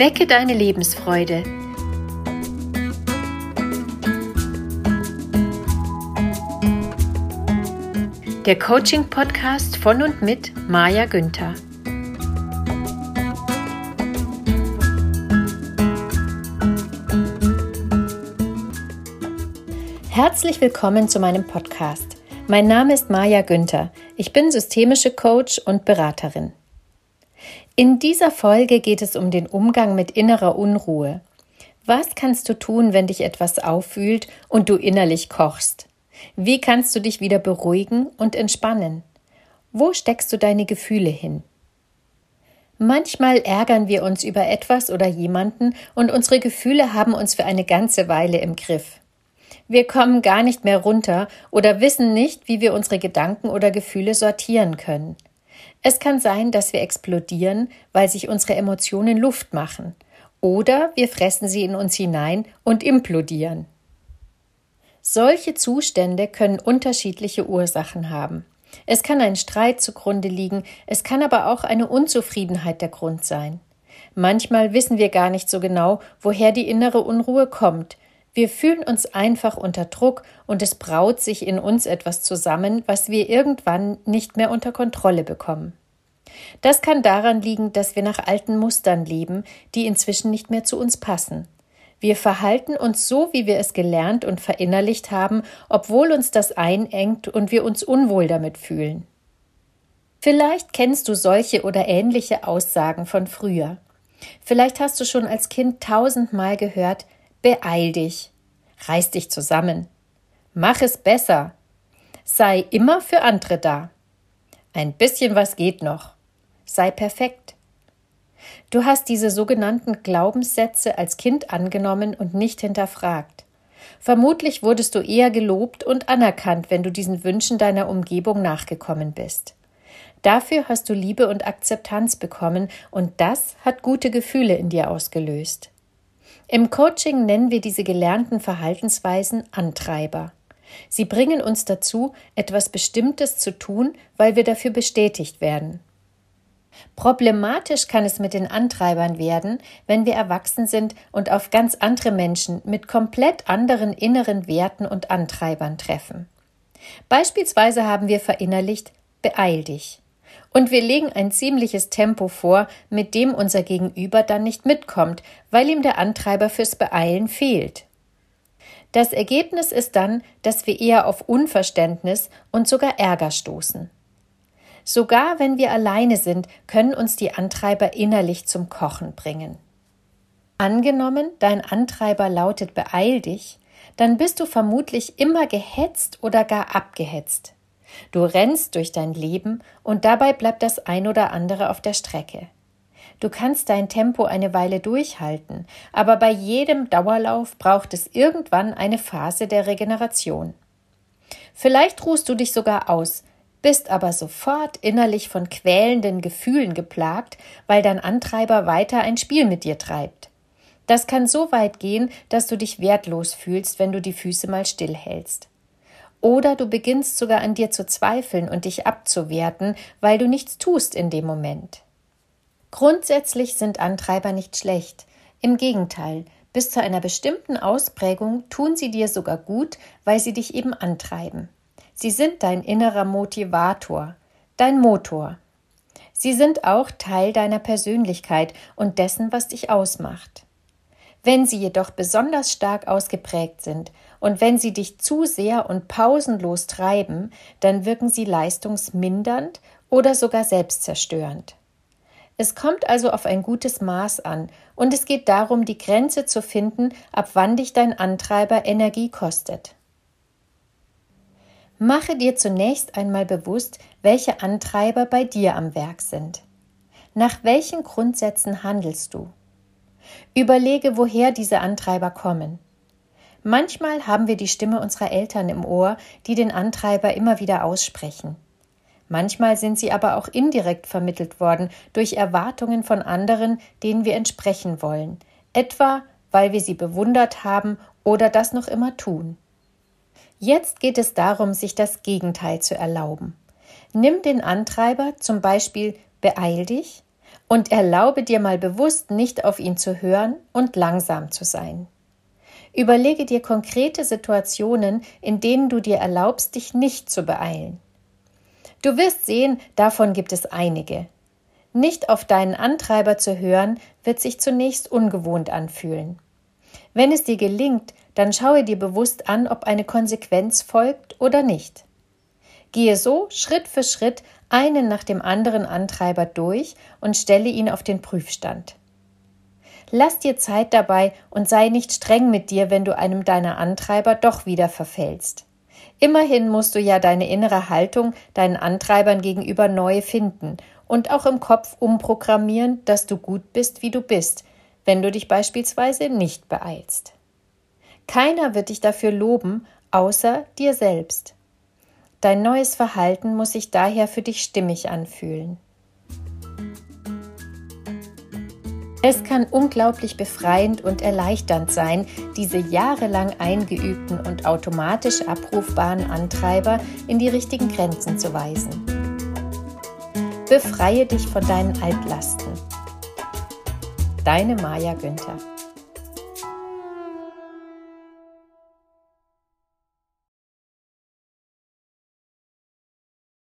Wecke deine Lebensfreude. Der Coaching-Podcast von und mit Maja Günther. Herzlich willkommen zu meinem Podcast. Mein Name ist Maja Günther. Ich bin systemische Coach und Beraterin. In dieser Folge geht es um den Umgang mit innerer Unruhe. Was kannst du tun, wenn dich etwas aufwühlt und du innerlich kochst? Wie kannst du dich wieder beruhigen und entspannen? Wo steckst du deine Gefühle hin? Manchmal ärgern wir uns über etwas oder jemanden und unsere Gefühle haben uns für eine ganze Weile im Griff. Wir kommen gar nicht mehr runter oder wissen nicht, wie wir unsere Gedanken oder Gefühle sortieren können. Es kann sein, dass wir explodieren, weil sich unsere Emotionen Luft machen. Oder wir fressen sie in uns hinein und implodieren. Solche Zustände können unterschiedliche Ursachen haben. Es kann ein Streit zugrunde liegen, es kann aber auch eine Unzufriedenheit der Grund sein. Manchmal wissen wir gar nicht so genau, woher die innere Unruhe kommt. Wir fühlen uns einfach unter Druck und es braut sich in uns etwas zusammen, was wir irgendwann nicht mehr unter Kontrolle bekommen. Das kann daran liegen, dass wir nach alten Mustern leben, die inzwischen nicht mehr zu uns passen. Wir verhalten uns so, wie wir es gelernt und verinnerlicht haben, obwohl uns das einengt und wir uns unwohl damit fühlen. Vielleicht kennst du solche oder ähnliche Aussagen von früher. Vielleicht hast du schon als Kind 1000-mal gehört: Beeil dich, reiß dich zusammen, mach es besser, sei immer für andere da, ein bisschen was geht noch, sei perfekt. Du hast diese sogenannten Glaubenssätze als Kind angenommen und nicht hinterfragt. Vermutlich wurdest du eher gelobt und anerkannt, wenn du diesen Wünschen deiner Umgebung nachgekommen bist. Dafür hast du Liebe und Akzeptanz bekommen und das hat gute Gefühle in dir ausgelöst. Im Coaching nennen wir diese gelernten Verhaltensweisen Antreiber. Sie bringen uns dazu, etwas Bestimmtes zu tun, weil wir dafür bestätigt werden. Problematisch kann es mit den Antreibern werden, wenn wir erwachsen sind und auf ganz andere Menschen mit komplett anderen inneren Werten und Antreibern treffen. Beispielsweise haben wir verinnerlicht: Beeil dich. Und wir legen ein ziemliches Tempo vor, mit dem unser Gegenüber dann nicht mitkommt, weil ihm der Antreiber fürs Beeilen fehlt. Das Ergebnis ist dann, dass wir eher auf Unverständnis und sogar Ärger stoßen. Sogar wenn wir alleine sind, können uns die Antreiber innerlich zum Kochen bringen. Angenommen, dein Antreiber lautet Beeil dich, dann bist du vermutlich immer gehetzt oder gar abgehetzt. Du rennst durch dein Leben und dabei bleibt das ein oder andere auf der Strecke. Du kannst dein Tempo eine Weile durchhalten, aber bei jedem Dauerlauf braucht es irgendwann eine Phase der Regeneration. Vielleicht ruhst du dich sogar aus, bist aber sofort innerlich von quälenden Gefühlen geplagt, weil dein Antreiber weiter ein Spiel mit dir treibt. Das kann so weit gehen, dass du dich wertlos fühlst, wenn du die Füße mal stillhältst. Oder du beginnst sogar an dir zu zweifeln und dich abzuwerten, weil du nichts tust in dem Moment. Grundsätzlich sind Antreiber nicht schlecht. Im Gegenteil, bis zu einer bestimmten Ausprägung tun sie dir sogar gut, weil sie dich eben antreiben. Sie sind dein innerer Motivator, dein Motor. Sie sind auch Teil deiner Persönlichkeit und dessen, was dich ausmacht. Wenn sie jedoch besonders stark ausgeprägt sind und wenn sie dich zu sehr und pausenlos treiben, dann wirken sie leistungsmindernd oder sogar selbstzerstörend. Es kommt also auf ein gutes Maß an und es geht darum, die Grenze zu finden, ab wann dich dein Antreiber Energie kostet. Mache dir zunächst einmal bewusst, welche Antreiber bei dir am Werk sind. Nach welchen Grundsätzen handelst du? Überlege, woher diese Antreiber kommen. Manchmal haben wir die Stimme unserer Eltern im Ohr, die den Antreiber immer wieder aussprechen. Manchmal sind sie aber auch indirekt vermittelt worden durch Erwartungen von anderen, denen wir entsprechen wollen, etwa weil wir sie bewundert haben oder das noch immer tun. Jetzt geht es darum, sich das Gegenteil zu erlauben. Nimm den Antreiber, zum Beispiel Beeil dich, Und erlaube dir mal bewusst, nicht auf ihn zu hören und langsam zu sein. Überlege dir konkrete Situationen, in denen du dir erlaubst, dich nicht zu beeilen. Du wirst sehen, davon gibt es einige. Nicht auf deinen Antreiber zu hören, wird sich zunächst ungewohnt anfühlen. Wenn es dir gelingt, dann schaue dir bewusst an, ob eine Konsequenz folgt oder nicht. Gehe so Schritt für Schritt einen nach dem anderen Antreiber durch und stelle ihn auf den Prüfstand. Lass dir Zeit dabei und sei nicht streng mit dir, wenn du einem deiner Antreiber doch wieder verfällst. Immerhin musst du ja deine innere Haltung deinen Antreibern gegenüber neu finden und auch im Kopf umprogrammieren, dass du gut bist, wie du bist, wenn du dich beispielsweise nicht beeilst. Keiner wird dich dafür loben, außer dir selbst. Dein neues Verhalten muss sich daher für dich stimmig anfühlen. Es kann unglaublich befreiend und erleichternd sein, diese jahrelang eingeübten und automatisch abrufbaren Antreiber in die richtigen Grenzen zu weisen. Befreie dich von deinen Altlasten. Deine Maja Günther.